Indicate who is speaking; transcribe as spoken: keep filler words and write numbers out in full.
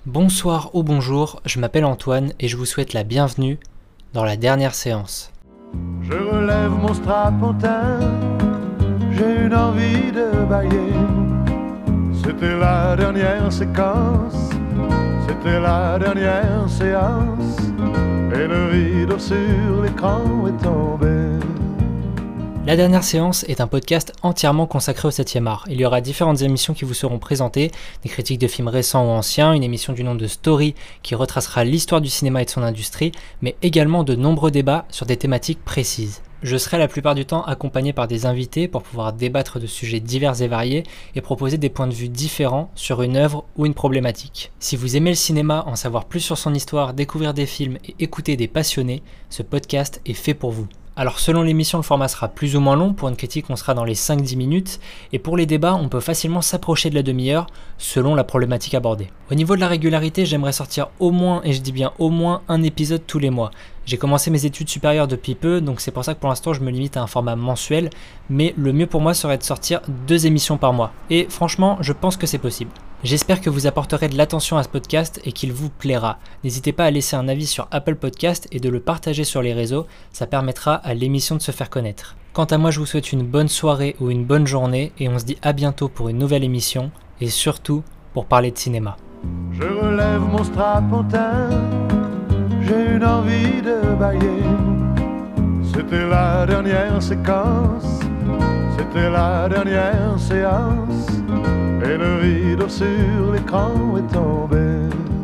Speaker 1: Bonsoir ou bonjour, je m'appelle Antoine et je vous souhaite la bienvenue dans la dernière séance.
Speaker 2: Je relève mon strapontin, j'ai une envie de bailler. C'était la dernière séquence, c'était la dernière séance, et le rideau sur l'écran est tombé.
Speaker 1: La dernière séance est un podcast entièrement consacré au septième art. Il y aura différentes émissions qui vous seront présentées, des critiques de films récents ou anciens, une émission du nom de Story qui retracera l'histoire du cinéma et de son industrie, mais également de nombreux débats sur des thématiques précises. Je serai la plupart du temps accompagné par des invités pour pouvoir débattre de sujets divers et variés et proposer des points de vue différents sur une œuvre ou une problématique. Si vous aimez le cinéma, en savoir plus sur son histoire, découvrir des films et écouter des passionnés, ce podcast est fait pour vous. Alors selon l'émission, le format sera plus ou moins long. Pour une critique, on sera dans les cinq à dix minutes. Et pour les débats, on peut facilement s'approcher de la demi-heure selon la problématique abordée. Au niveau de la régularité, j'aimerais sortir au moins, et je dis bien au moins, un épisode tous les mois. J'ai commencé mes études supérieures depuis peu, donc c'est pour ça que pour l'instant je me limite à un format mensuel. Mais le mieux pour moi serait de sortir deux émissions par mois. Et franchement, je pense que c'est possible. J'espère que vous apporterez de l'attention à ce podcast et qu'il vous plaira. N'hésitez pas à laisser un avis sur Apple Podcast et de le partager sur les réseaux, ça permettra à l'émission de se faire connaître. Quant à moi, je vous souhaite une bonne soirée ou une bonne journée et on se dit à bientôt pour une nouvelle émission et surtout pour parler de cinéma.
Speaker 2: Je relève mon strapontin, j'ai une envie de bailler. C'était la dernière séquence, c'était la dernière séance, et le rideau sur l'écran est tombé.